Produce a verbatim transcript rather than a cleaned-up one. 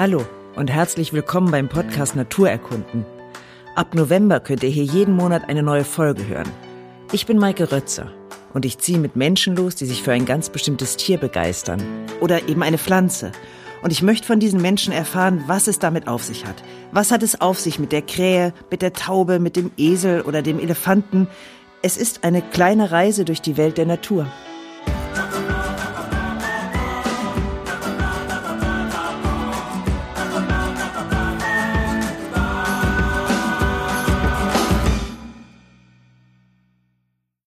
Hallo und herzlich willkommen beim Podcast Naturerkunden. Ab November könnt ihr hier jeden Monat eine neue Folge hören. Ich bin Maike Rötzer und ich ziehe mit Menschen los, die sich für ein ganz bestimmtes Tier begeistern oder eben eine Pflanze. Und ich möchte von diesen Menschen erfahren, was es damit auf sich hat. Was hat es auf sich mit der Krähe, mit der Taube, mit dem Esel oder dem Elefanten? Es ist eine kleine Reise durch die Welt der Natur.